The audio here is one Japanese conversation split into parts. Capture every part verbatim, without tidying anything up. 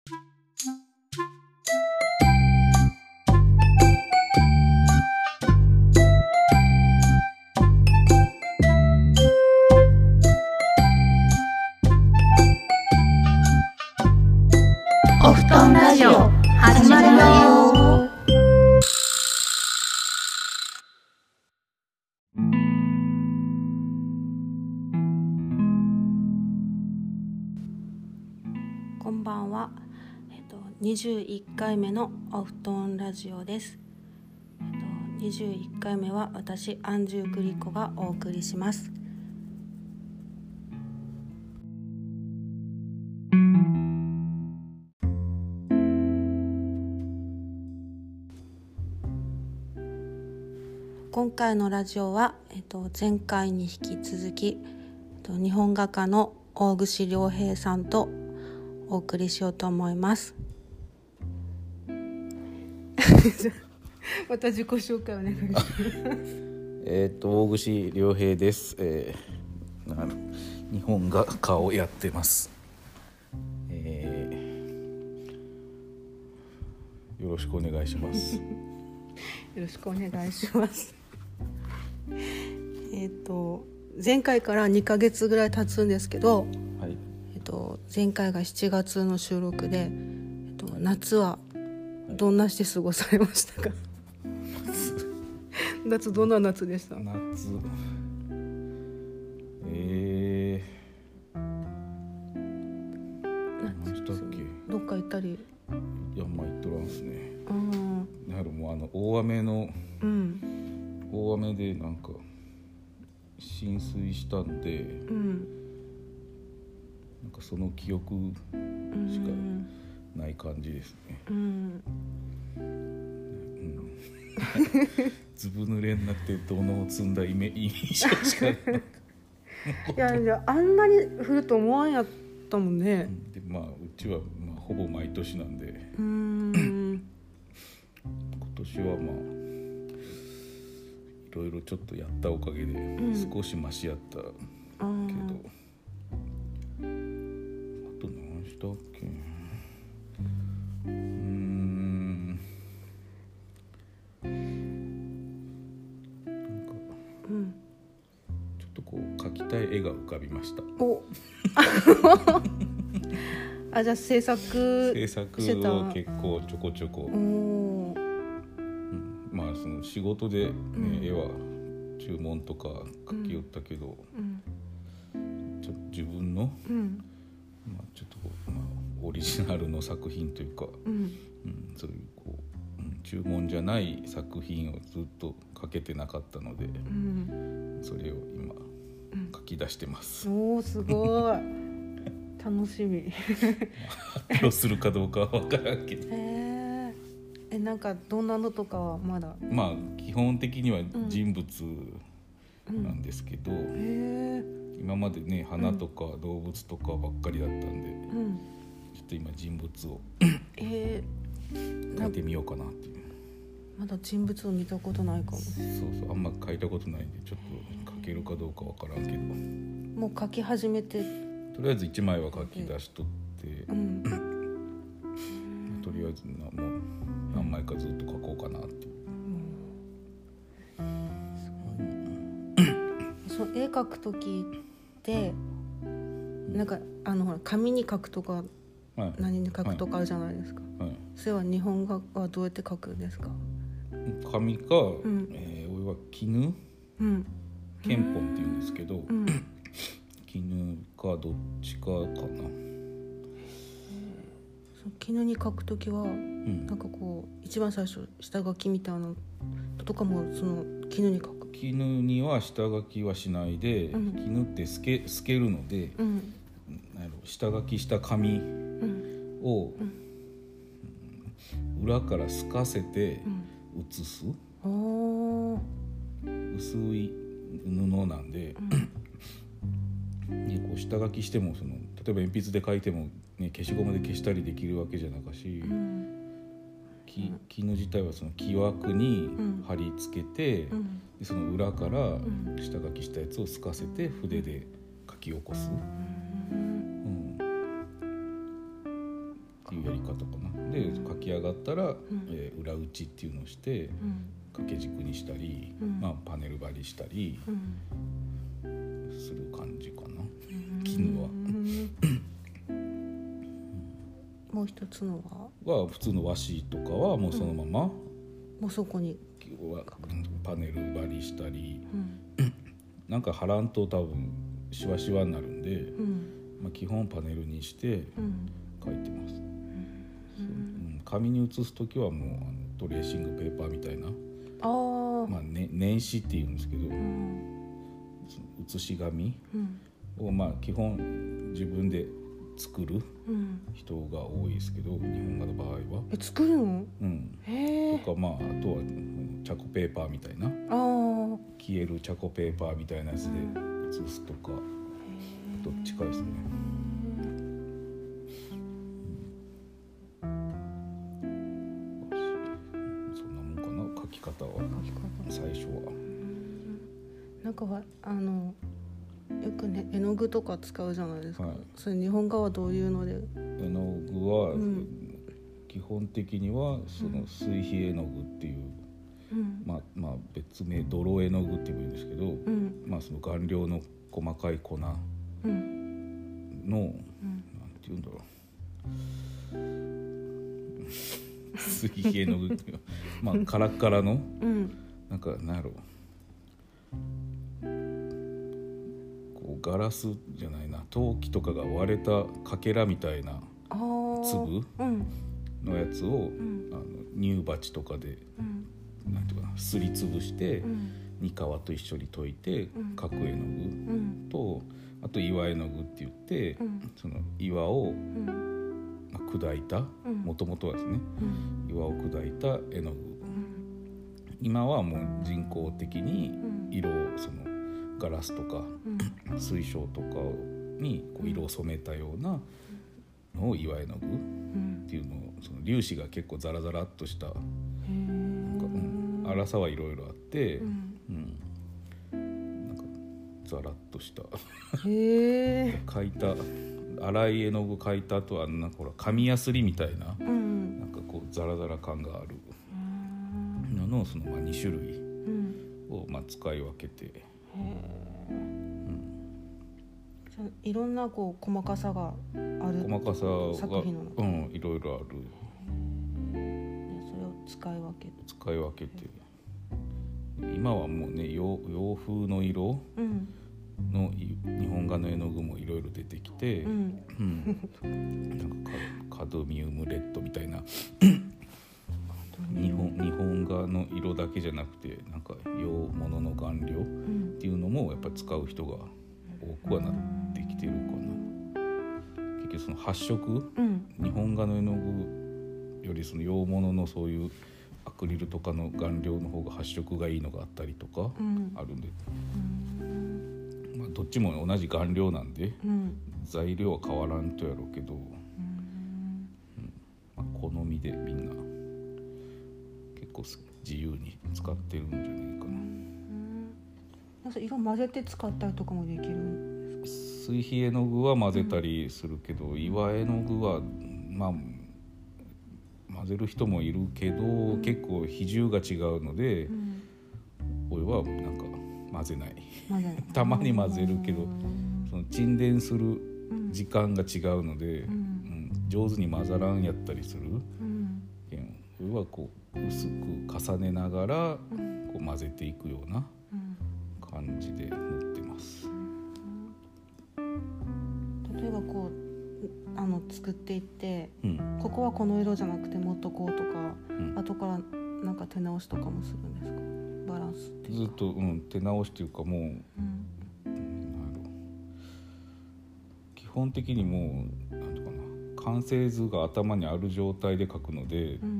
お布団ラジオ始まるよ。 こんばんは、えっと、にじゅういっかいめのお布団ラジオです、えっと、にじゅういっかいめは私アンジュグリコがお送りします。今回のラジオは、えっと、前回に引き続き、えっと、日本画家の大串良平さんとお送りしようと思います。また自己紹介お願いします。 えっと大串良平です、えー、なる日本画家をやってます、えー、よろしくお願いします。 よろしくお願いします。えっと前回からにかげつぐらい経つんですけど、 はいえっと、前回がしちがつの収録で、えっと、夏はどんなして過ごされましたか？夏どんな夏でした？ 夏えー何したっけ？ どっか行ったり？ いやまあ行っとらんすね。 うん、 なるもうあの大雨の、 うん、 大雨でなんか浸水したんで、 うん、 なんかその記憶しかない感じですね。 うんうん、ずぶ濡れになって土のを積んだイメ印象しかない。 いやいやあんなに降ると思わんやったもんね。 でまあうちは、まあ、ほぼ毎年なんで、 うーん今年はまあいろいろちょっとやったおかげで少しマシやったけど、 うん、 あと何したっけ？うーんなんか、 うん、 ちょっとこう描きたい絵が浮かびました。 おあじゃあ制作制作してた。 を結構ちょこちょこ、 お、うん、 まあその仕事で、ねうん、 絵は注文とか描きよったけど、 うん、 ちょ自分の、 うん、 まあ、ちょっとこう、まあ、オリジナルの作品というか、 うんうん、そういうこう、うん、注文じゃない作品をずっと描けてなかったので、 うん、 それを今描き出してます。 おーすごい楽しみ。 発表するかどうかは分からんけど、 へえ、なんかどんなのとかはまだ。 まあ基本的には人物なんですけど、 うんうん、へえ、 今までね花とか動物とかばっかりだったんで、うん、ちょっと今人物をえー、描いてみようかなっていう。 まだ人物を見たことないかも。 そうそう、あんま描いたことないんでちょっと描けるかどうかわからんけど、 もう描き始めてとりあえずいちまいは描き出しとって、 うん、 とりあえずなもう何枚かずっと描こうかなっていう、 うん、そう絵描くときってなんかあのほら紙に描くとか、はい、何に描くとかあるじゃないですか、はいはい、それは日本画はどうやって描くんですか？ 紙か、うん、えー、俺は絹、うん、絹本っていうんですけど、うん、絹かどっちかかな。 絹に描くときは、うん、なんかこう一番最初下書きみたいなのとかもその絹に描く？ 絹には下書きはしないで、うん、絹って透け、透けるので、うん、下書きした紙を、うん、裏から透かせて写す、うん、薄い布なんで、うん、でこう下書きしてもその例えば鉛筆で書いても、ね、消しゴムで消したりできるわけじゃなかし、うん、絹自体はその木枠に貼り付けて、うん、でその裏から下書きしたやつを透かせて筆で書き起こす、うんうん、っていいうやり方かな。で書き上がったら、うんえー、裏打ちっていうのをして、うん、掛け軸にしたり、うんまあ、パネル張りしたりする感じかな、うん、絹はもう一つのはは普通の和紙とかはもうそのまま、うん、もうそこにパネル張りしたり、うん、なんか貼らんと多分シワシワになるんで、うんまあ、基本パネルにして書いてます、うんうん、紙に写すときはもうあのトレーシングペーパーみたいなあ、まあね、年紙っていうんですけど、うん、写し紙をまあ基本自分で作る人が多いですけど、うん、日本画の場合はえ作るの、 うん、へとかまああとはチャコペーパーみたいなあ消えるチャコペーパーみたいなやつで写すとか、うん、どっちかですね。方は最初はなんかあのよくね絵の具とか使うじゃないですか、はい、それ日本画はどういうので絵の具は、うん、基本的にはその水皮絵の具っていう、うんまあまあ、別名泥絵の具っていうんですけど、うんまあ、その顔料の細かい粉の、うん、なんていうんだろう水皮絵の具っていうまあカラッカラの、うん、なんかなんやろこうガラスじゃないな陶器とかが割れたかけらみたいな粒のやつを、うん、あの乳鉢とかで、うん、なんていうかなすりつぶして、うん、に皮と一緒に溶いて描く絵の具と、あと岩絵の具って言って、うん、その岩を、うん砕いたもともとはですね、うん、岩を砕いた絵の具、うん、今はもう人工的に色をそのガラスとか、うん、水晶とかにこう色を染めたようなのを岩絵の具っていうのをその粒子が結構ザラザラっとしたなんか、うん、粗さはいろいろあって、うんうん、なんかザラっとした描いた粗い絵の具描いた後はなんかほら紙やすりみたいな、うん、なんかこうザラザラ感があるののそのまあに種類をまあ使い分けて、うん、 いろんなこう細かさがある細かさが作品の中、うん、いろいろある。 それを使い分けて使い分けて今はもうね 洋, 洋風の色、うんの日本画の絵の具もいろいろ出てきて、うんうん、なんかカドミウムレッドみたいな日本、日本画の色だけじゃなくてなんか洋物の顔料っていうのもやっぱり使う人が多くはなってきてるかな。結局その発色、うん、日本画の絵の具よりその洋物のそういうアクリルとかの顔料の方が発色がいいのがあったりとかあるんで、うんまあ、どっちも同じ顔料なんで、うん、材料は変わらんとやろうけど、うんうんまあ、好みでみんな結構自由に使ってるんじゃないかな。 うんなんか色混ぜて使ったりとかもできるんですか？ 水皮絵の具は混ぜたりするけど、うん、岩絵の具はまあ混ぜる人もいるけど、うん、結構比重が違うので、うん、俺はなんか混ぜないたまに混ぜるけど、その沈殿する時間が違うので、うんうん、上手に混ざらんやったりする、うん、俺はこう薄く重ねながらこう混ぜていくような感じで塗ってます、 うん、例えばこうあの作っていって、うん、ここはこの色じゃなくてもっとこうとか、うん、後からなんか手直しとかもするんですか？バランスっていうかずっと、うん、手直しっていうかもう、うん、基本的にもうなんとかな完成図が頭にある状態で描くので、うん、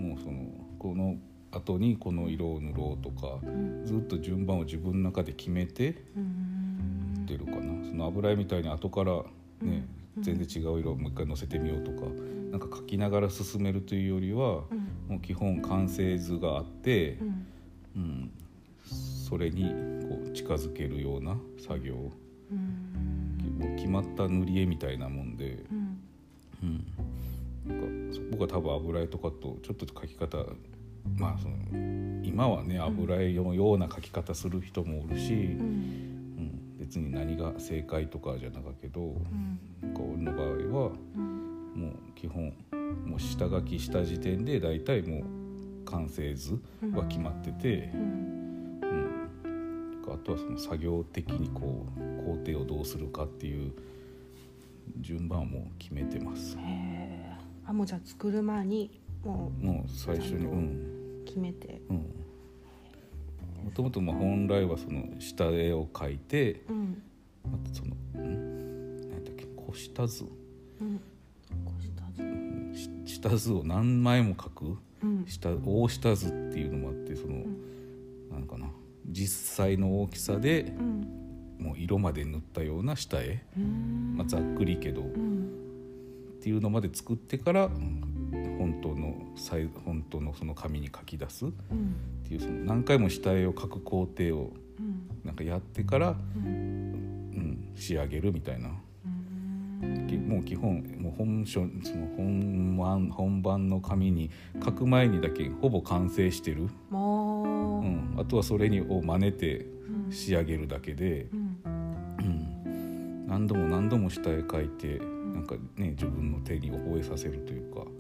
もうそのこの後にこの色を塗ろうとか、うん、ずっと順番を自分の中で決めて塗ってるかな。その油絵みたいに後からね、うん、全然違う色をもう一回のせてみようとか、うん、なんか描きながら進めるというよりは、うん、もう基本完成図があって、うんうん、それにこう近づけるような作業、うん、もう決まった塗り絵みたいなもんで、うんうん、 僕は多分油絵とかとちょっと描き方、まあその今はね油絵のような描き方する人もおるし、うんうん、別に何が正解とかじゃなかけど、うん、俺の場合は、うん、もう基本もう下書きした時点でだいたいもう完成図は決まってて、うんうん、あとはその作業的にこう工程をどうするかっていう順番をもう決めてます。 へー、あ、もうじゃあ作る前にもうもう最初に、うん、 決めて、 うん、もともとまあ本来はその下絵を描いて、うん、またそのん何だっけ小下図、うん、小下図、下図を何枚も描く、うん、下大下図っていうのもあって、その、うん、なんかな実際の大きさで、うん、もう色まで塗ったような下絵、まあ、ざっくりけど、うん、っていうのまで作ってから本当の本当のその紙に書き出すっていう、その何回も下絵を描く工程をなんかやってから、うんうん、仕上げるみたいな。もう基本もう本書その本番本番の紙に書く前にだけほぼ完成してる、うん、あとはそれにを真似て仕上げるだけで、うんうん、何度も何度も下絵描いてなんかね自分の手に覚えさせるというか、うん、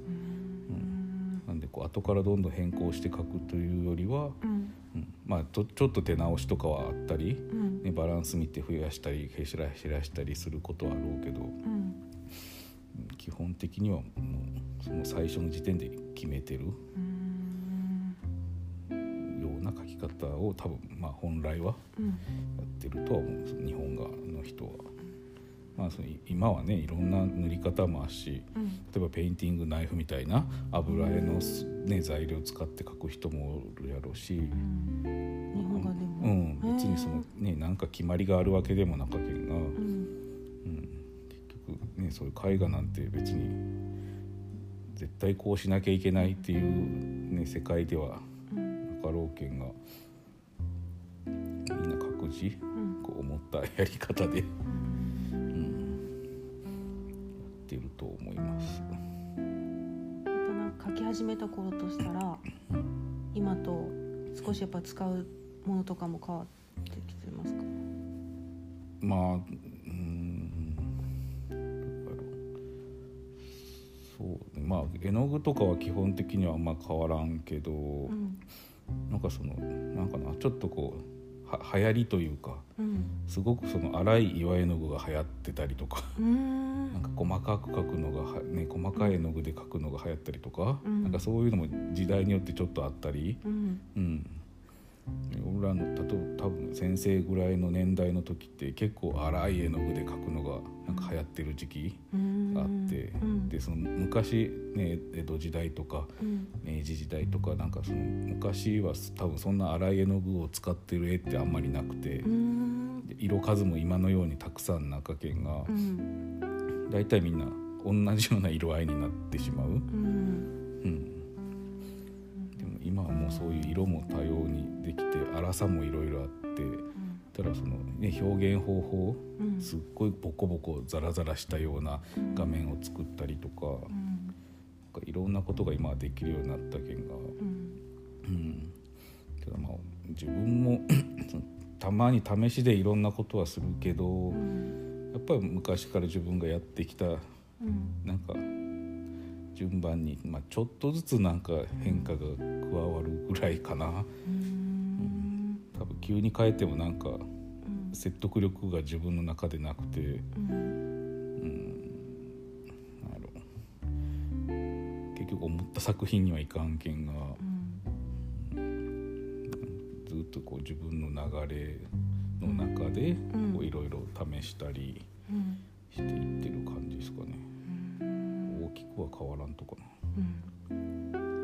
なんでこう後からどんどん変更して描くというよりは、うんうん、まあとちょっと手直しとかはあったり、うんね、バランス見て増やしたり減らしたりすることはあろうけど、うん、基本的にはもうその最初の時点で決めてるような描き方を多分まあ本来はやってるとは思うんです、日本画の人は。まあ、その今はねいろんな塗り方もあるし、うん、例えばペインティングナイフみたいな油絵の、ね、材料を使って描く人もおるやろうし、うん、 日本画でも、 うん、別にその、ね、なんか決まりがあるわけでもなかけんが、うんうん、結局、ね、そういう絵画なんて別に絶対こうしなきゃいけないっていう、ね、世界ではなかろうけんが、みんな各自、うん、こう思ったやり方でていると思います。 やっぱなんか描き始めた頃としたら、うん、今と少しやっぱ使うものとかも変わってきてますか？ まあ、うーん、そうね、まあ絵の具とかは基本的にはあんま変わらんけど、うん、なんかそのなんかなちょっとこうは流行りというか、うん、すごくその粗い岩絵の具が流行ってたりとか、うーんなんか細かく描くのが、ね、細かい絵の具で描くのが流行ったりとか、うん、なんかそういうのも時代によってちょっとあったり、うんうん、俺らの例えば多分先生ぐらいの年代の時って結構粗い絵の具で描くのがなんか流行ってる時期があって、うん、でその昔、ね、江戸時代とか、うん、明治時代とかなんかその昔は多分そんな粗い絵の具を使ってる絵ってあんまりなくて、うん、で色数も今のようにたくさんなかけんが、うん、だいたいみんな同じような色合いになってしまう、うんうん、でも今はもうそういう色も多様にできて粗さもいろいろあって、ただその、ね、表現方法、うん、すっごいボコボコザラザラしたような画面を作ったりとか、うん、なんかいろんなことが今はできるようになったけんが、うんうん、ただまあ自分もたまに試しでいろんなことはするけど、うん、やっぱり昔から自分がやってきた、うん、なんか順番に、まあ、ちょっとずつなんか変化が加わるぐらいかな、うん多分急に変えてもなんか説得力が自分の中でなくて、うんうん、なんやろ結局思った作品にはいかんけんが、うん、ずっとこう自分の流れの中でいろいろ試したりしていってる感じですかね、うん、大きくは変わらんとかな、うん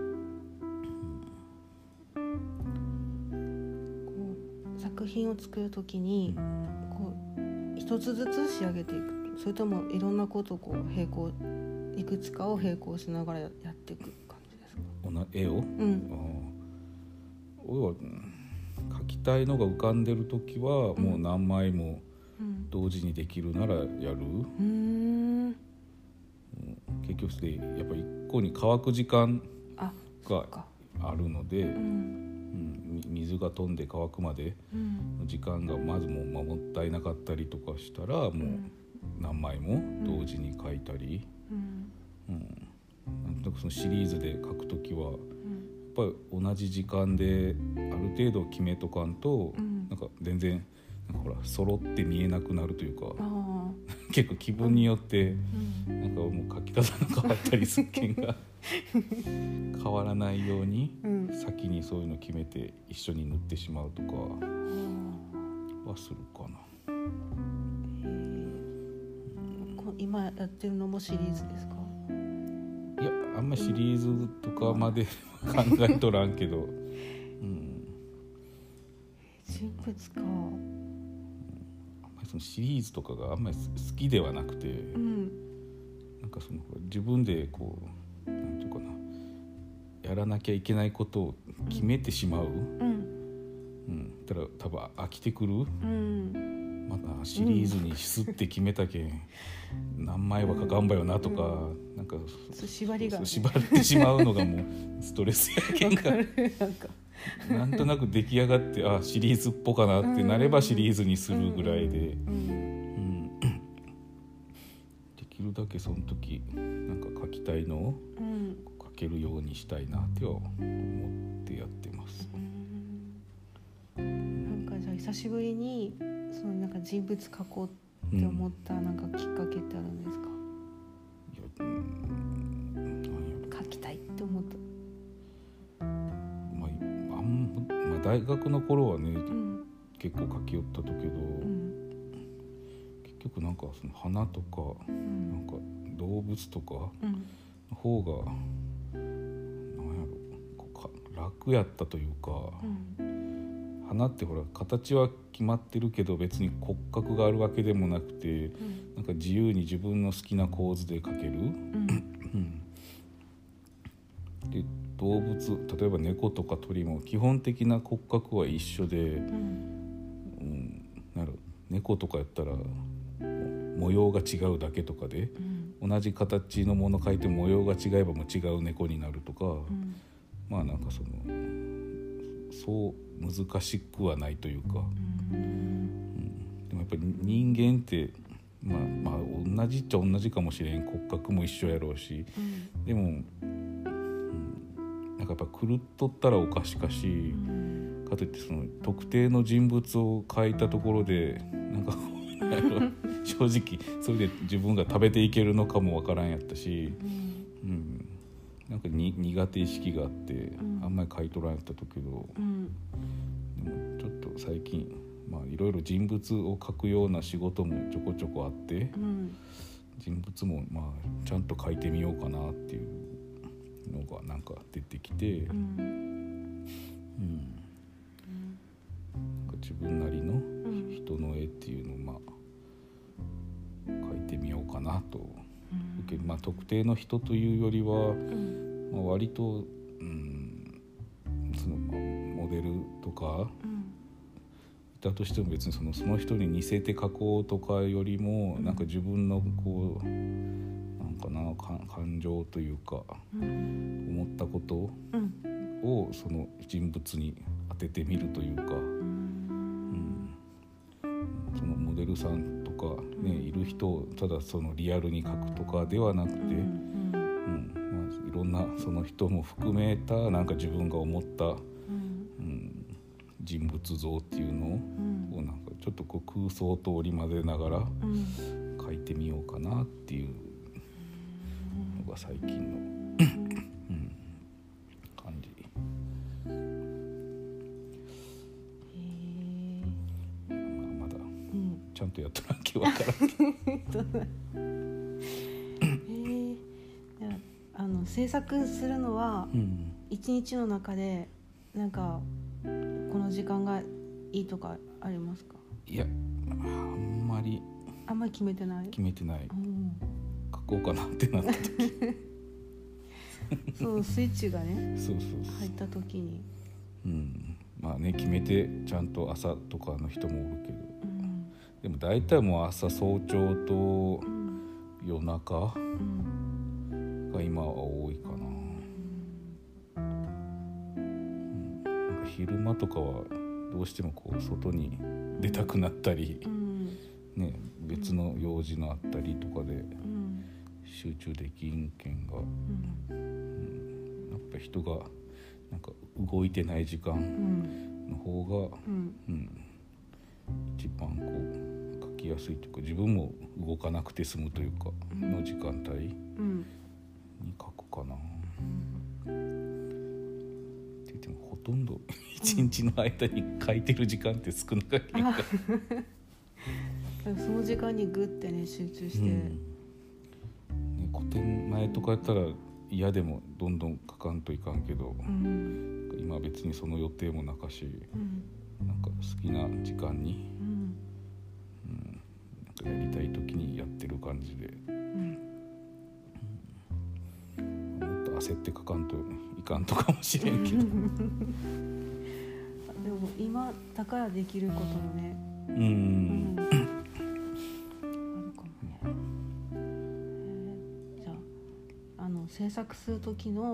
作品を作るときにこう一つずつ仕上げていく、それともいろんなことをこう並行いくつかを並行しながらやっていく感じですか？ 絵を、うん、あ俺は描きたいのが浮かんでるときはもう何枚も同時にできるならやる、うんうん、 結局でやっぱり一個に乾く時間あがあるので、 うんうん、水が飛んで乾くまでの時間がまずもうもったいなかったりとかしたら、もう何枚も同時に書いたり、 うんうん、なんとなくそのシリーズで書くときは、やっぱり同じ時間である程度決めとかんと、うん、なんか全然なんかほら揃って見えなくなるというか、結構気分によって、うん、なんかもう書き方の変わったりするけんが変わらないように、うん、先にそういうの決めて一緒に塗ってしまうとかはするかな。 今やってるのもシリーズですか？ いや、あんまシリーズとかまで考えとらんけど、うん、 人物か、 うん、あんまりそのシリーズとかがあんまり好きではなくて、うん、なんかその自分でこうなんていうかな、やらなきゃいけないことを決めてしまう、うんうん、たら多分飽きてくる、うんまだシリーズにすって決めたけん、うん、何枚は書かんばよなとか、うん、なんか縛りが、ね、 縛られてしまうのがもうストレスやけんかなんかなんとなく出来上がってあシリーズっぽかなってなればシリーズにするぐらいで、うんうん、できるだけその時なんか書きたいのを書けるようにしたいなっては思ってやってます、 うん、なんかじゃあ久しぶりにそのなんか人物描こうって思ったなんかきっかけってあるんですか？ いや、うん、 描きたいって思った。 まあ、あんまあ、大学の頃はね、うん、結構描きよったとけど、うん、結局なんかその花とか、うん、なんか動物とかの方が、うん、なんやろこうか楽やったというか、うん、花ってほら形は決まってるけど別に骨格があるわけでもなくて、うん、なんか自由に自分の好きな構図で描ける、うんで動物例えば猫とか鳥も基本的な骨格は一緒で、うんうん、なる猫とかやったら模様が違うだけとかで、うん、同じ形のもの描いて模様が違えばもう違う猫になるとか、うん、まあなんかそのそう難しくはないというか、うんうん、でもやっぱり人間ってまあまあ同じっちゃ同じかもしれん骨格も一緒やろうし、うん、でもなんかやっぱ狂っとったらおかしかし、うん、かといってその特定の人物を描いたところでなんか正直それで自分が食べていけるのかもわからんやったし、うんうん、なんかに苦手意識があって、うん、あんまり描いとらんやったとけど、うん、でもちょっと最近まあいろいろ人物を描くような仕事もちょこちょこあって、うん、人物もまあちゃんと描いてみようかなっていうのがなんか出てきて、うんうん、なんか自分なりの人の絵っていうのをまあ描いてみようかなと、うんまあ、特定の人というよりは、うんまあ、割と、うん、そのまあモデルとか、うん、いたとしても別にその、その人に似せて描こうとかよりも、うん、なんか自分のこうかな感情というか、うん、思ったことをその人物に当ててみるというか、うんうん、そのモデルさんとか、ね、いる人をただそのリアルに描くとかではなくて、うんうんまあ、いろんなその人も含めたなんか自分が思った、うんうん、人物像っていうのを、うん、なんかちょっとこう空想と織り交ぜながら描いてみようかなっていうが最近の、うん、感じ。へまあ、まだ、うん、ちゃんとやってなきゃ分からんへあの制作するのは一日の中でなんかこの時間がいいとかありますか？ いやあんまりあんまり決めてない決めてない、うんこうかなってなった時そうスイッチがねそうそうそう入った時に、 うん、まあね決めてちゃんと朝とかの人もおるけど、うん、でも大体もう朝早朝と夜中、うん、 が今は多いかな、うん、なんか昼間とかはどうしてもこう外に出たくなったり、うんね、別の用事のあったりとかで集中できんけんが、うんうん、やっぱ人がなんか動いてない時間の方が、うんうん、一番こう書きやすいというか、自分も動かなくて済むというかの時間帯に書くかな、うん、って言ってもほとんど一日の間に書いてる時間って少なかった、 うん、その時間にグッてね集中して、うんね、 古典前とかやったら嫌でもどんどん書かんといかんけど、うん、今別にその予定もなかし、うん、なんか好きな時間に、うんうん、なんかやりたい時にやってる感じで、うんうん、もっと焦って書かんといかんとかもしれんけどでも今だからできることのね、うんうん、あるかもね、えー、じゃあ、あの制作する時の、うん、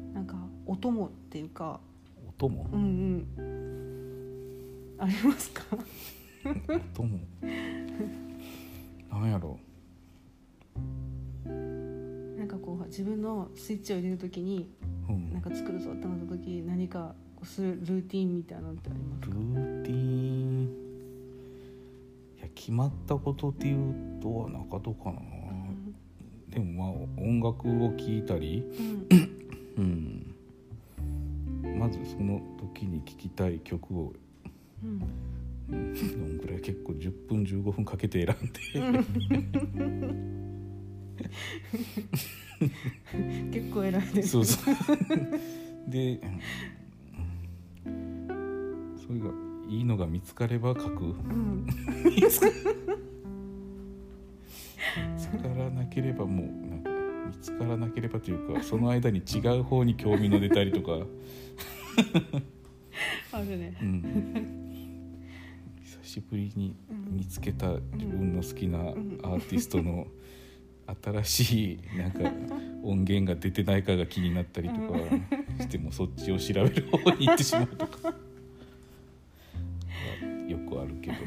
なんかお供っていうかお供、うんうん、 ありますかお供なんやろう、なんかこう自分のスイッチを入れる時に、うん、なんか作るぞってなった時何かするルーティンみたいなのってありますか？ ルーティン、いや決まったことっていうとなかとかな、うん、でもまあ音楽を聴いたり、うんうん、まずその時に聴きたい曲を、うんうん、どんぐらい結構じゅっぷんじゅうごふんかけて選んで結構偉いです。 そうそうでそれがいいのが見つかれば書く、うん、見つからなければもうなんか見つからなければというかその間に違う方に興味の出たりとかあるね、うん、 久しぶりに見つけた自分の好きなアーティストの新しいなんか音源が出てないかが気になったりとかしてもそっちを調べる方に行ってしまうとかよくあるけど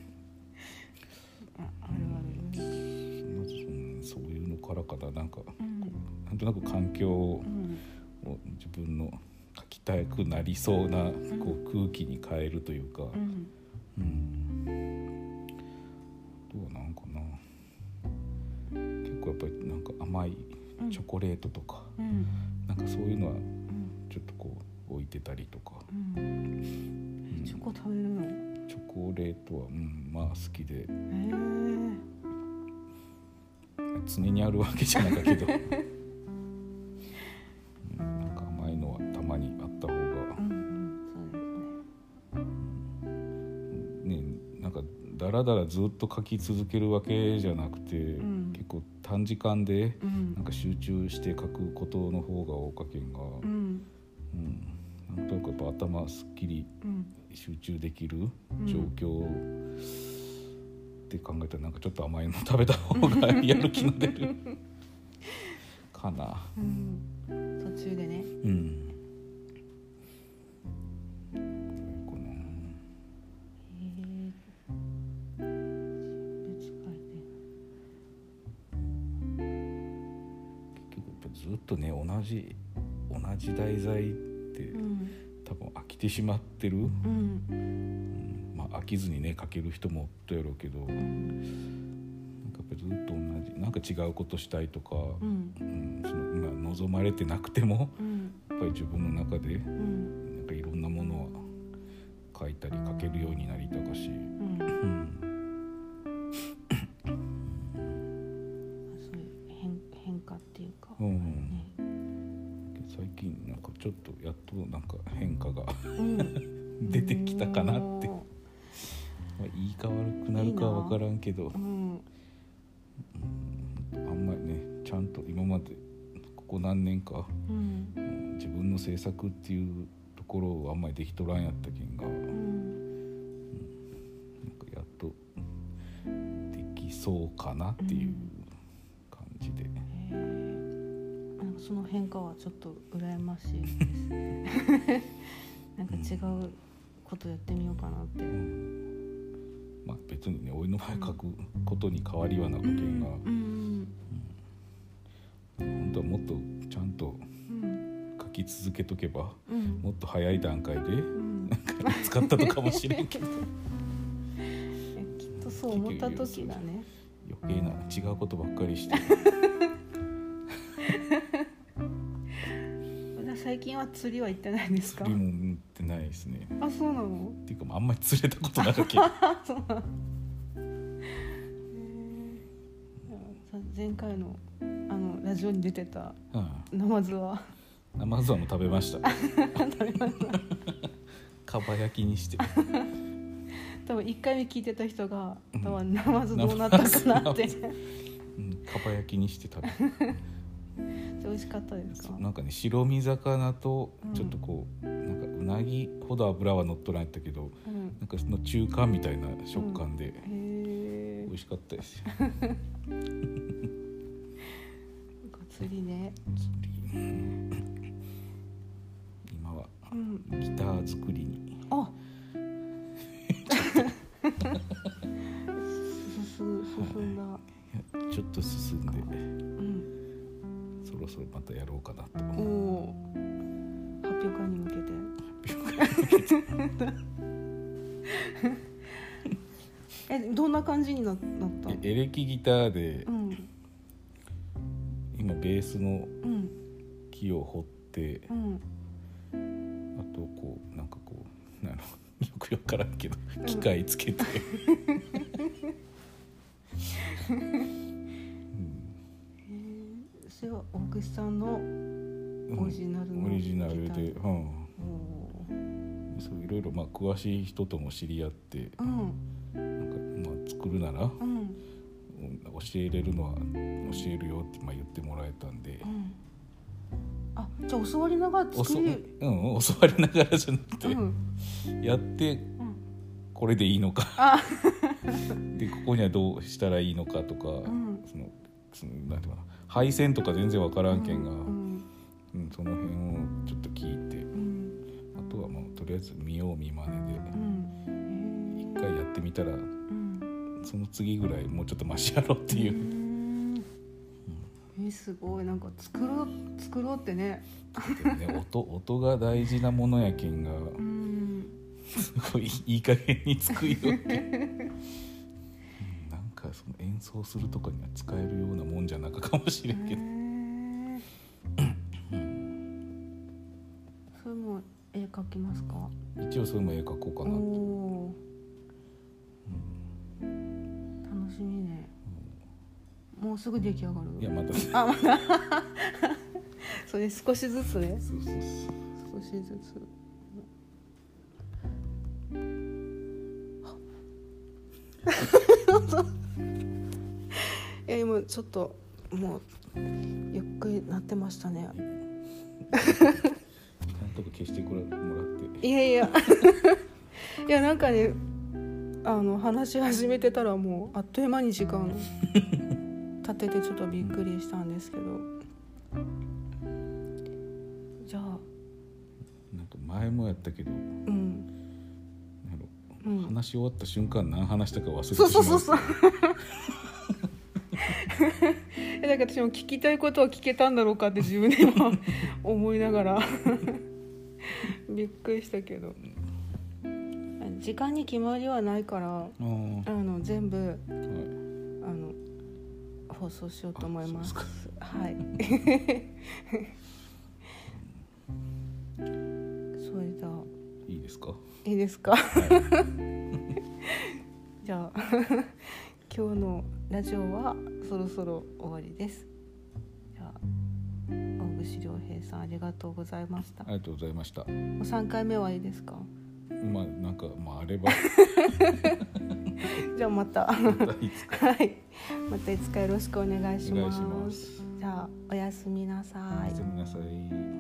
あ, あるある、 まず、うん、そういうのからかな、なんか、うん、なんとなく環境を自分の書きたくなりそうな、うん、こう空気に変えるというか、うんうん、どうなんかな、結構やっぱりなんか甘いチョコレートとか、うん、なんかそういうのはちょっとこう置いてたりとか、うんうん、 チョコ食べるの？ チョコレートは、うん、まあ好きで、へ常にあるわけじゃないけど、うん、なんか甘いのはたまにあった方が、うんうん、ね、なんかだらだらずっと書き続けるわけじゃなくて、うん、結構短時間でなんか集中して書くことの方が多かけんが、うんうん、なんとなくやっぱ頭すっきり集中できる状況って考えたらなんかちょっと甘いの食べた方がやる気の出るかな、 うん、途中でね、うん、 このへえ、結局やっぱずっとね同じ同じ題材って、うん、多分飽きてしまってる、うんうん、まあ飽きずにね書ける人もおったやろうけど、うん、なんかやっぱずっと同じなんか違うことしたいとか、うんうん、その今望まれてなくても、うん、やっぱり自分の中で、うん、なんかいろんなものは書いたり書けるようになりたかし、うんそういう変、変化っていうか、 うんね、最近なんかちょっとやっとなんか変化が、うん、出てきたかなって、まあ、いいか悪くなるかは分からんけど、うん、あんまりねちゃんと今までここ何年か、うん、自分の制作っていうところをあんまりできとらんやったけんが、うんうん、なんかやっとできそうかなっていう感じで、 うん、 その変化はちょっと羨ましいですなんか違うことやってみようかなって、うん、 まあ別にねおいの前書くことに変わりはなくてが、うんうんうん、本当はもっとちゃんと書き続けとけば、うん、もっと早い段階で、うん、なんか使ったのかもしれんけどきっとそう思った時がね余計な違うことばっかりして最近は釣りは行ってないんですか？ 釣りも行ってないですね。 あ、そうなの？ っていうかあんまり釣れたことないわけそうなの。前回のあのラジオに出てたナマズは、 ナマズはもう食べました食べましたかば焼きにして多分いっかいめ聞いてた人が多分ナマズどうなったかなって、うん、 かば焼きにして食べ美味しかったですか？ なんかね白身魚とちょっとこう、うん、なんかうなぎほど油は乗っとらんやったけど、うん、なんかその中間みたいな食感で、うん、へ美味しかったですよ釣りね釣り、うん、今はギター作りに、 うん、あ進んだ、 はい、ちょっと進んで、うんそろそろまたやろうかなと。 お発表会に向けて発表会に向けてえどんな感じになったの？ エレキギターで、うん、今ベースの木を彫って、うん、あとこうなんかこうなんよくわからんけど機械つけて、うんそれは大口さんのオリジナルの、 うん、オリジナルで、うん、そういろいろまあ詳しい人とも知り合って、うん、なんかまあ作るなら、うん、教えれるのは教えるよってまあ言ってもらえたんで、うん、 あじゃあ教わりながら作りうん、教わりながらじゃなくて、うん、やってこれでいいのかでここにはどうしたらいいのかとか、うん、そのそのなんていうかな配線とか全然わからんけんが、うんうん、その辺をちょっと聞いて、うん、あとはもうとりあえず見よう見まねで、うん、一回やってみたら、うん、その次ぐらいもうちょっとマシやろうっていう、うんうん、えすごいなんか作ろう作ろうってねね 音, 音が大事なものやけんが、うん、すごいいい加減に作りよってその演奏するとかには使えるようなもんじゃなかかもしれんけど、 うん、それも絵描きますか？ 一応それも絵描こうかなと、 うん、楽しみね、うん、もうすぐ出来上がる？ いやまだあまだそれ少しずつねそうそうそう少しずついや今ちょっともうゆっくりなってましたねちゃんと消してもらっていやいやいやなんかねあの話し始めてたらもうあっという間に時間経っててちょっとびっくりしたんですけどじゃあなんか前もやったけど、うんうん、話し終わった瞬間何話したか忘れてしまう。 そうそうそうそうだから私も聞きたいことは聞けたんだろうかって自分でも思いながらびっくりしたけど時間に決まりはないからあの全部、はい、あの放送しようと思います。はいそれじゃあいいですか？ いいですか、はい、じゃあ今日のラジオはそろそろ終わりです。じゃあ大串良平さんありがとうございました。 ありがとうございました。 もうさんかいめはいいですか？ まあなんかまああればじゃあまたまたいつかはいまたいつかよろしくお願いします。 お願いします。 じゃあおやすみなさい。 おやすみなさい。